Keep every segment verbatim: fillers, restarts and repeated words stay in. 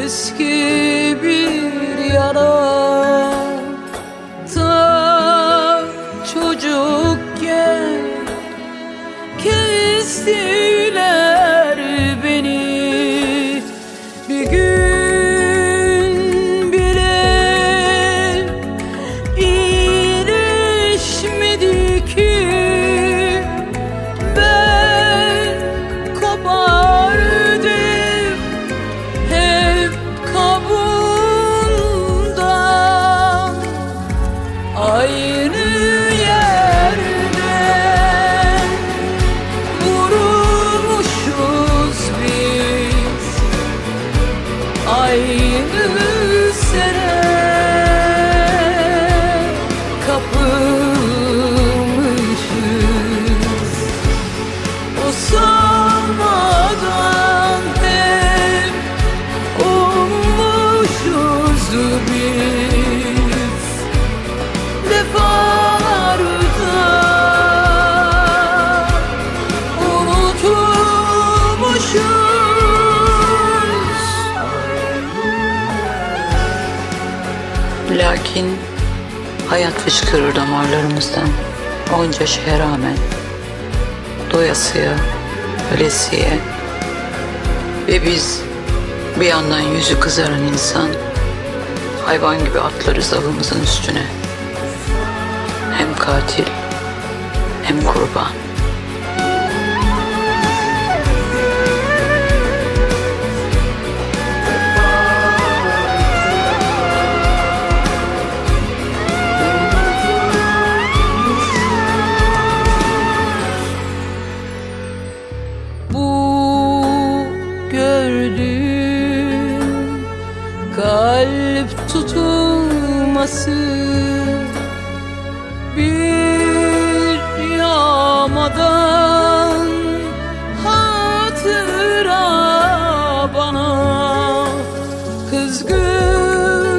eski bir yara. Ta çocukken kestiler beni, bir gün bile iyileşmedi ki. Ben kopardım hep kabuğundan, aynı yerden vurulmuşuz biz, aynı sene kapılmışız. O sanmadan hep olmuşuz biz, defalarda unutulmuşuz. Lakin hayat fışkırır damarlarımızdan. Onca şeye rağmen, doyasıya, ölesiye. Ve biz bir yandan yüzü kızaran insan, hayvan gibi atlarız avımızın üstüne. Hem katil hem kurban. Bu gördüğüm kalp tutulması, bir yağmadan hatıra bana. Kızgın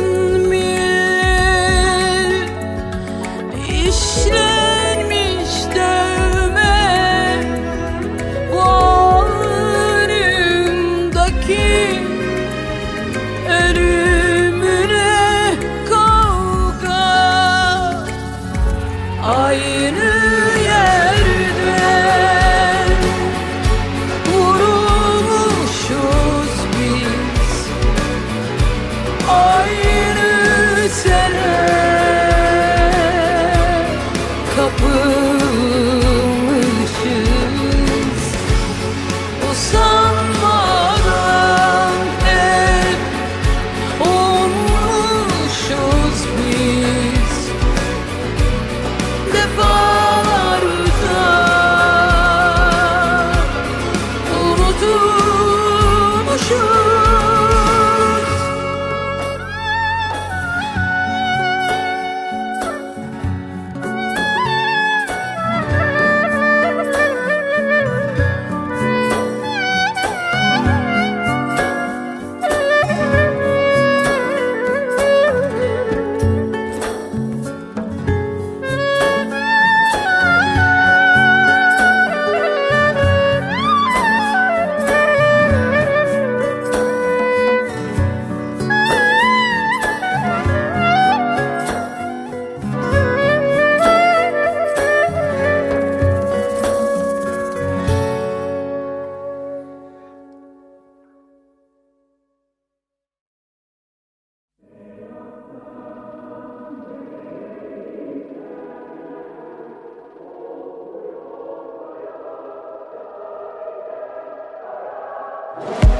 millet işlenmiş dövme, boynumdaki ölümüne kavga, aynı yerden vurulmuşuz biz, aynı sene kapılmışız. O sanmadan hep olmuşuz biz, defalarda unutulmuşuz. You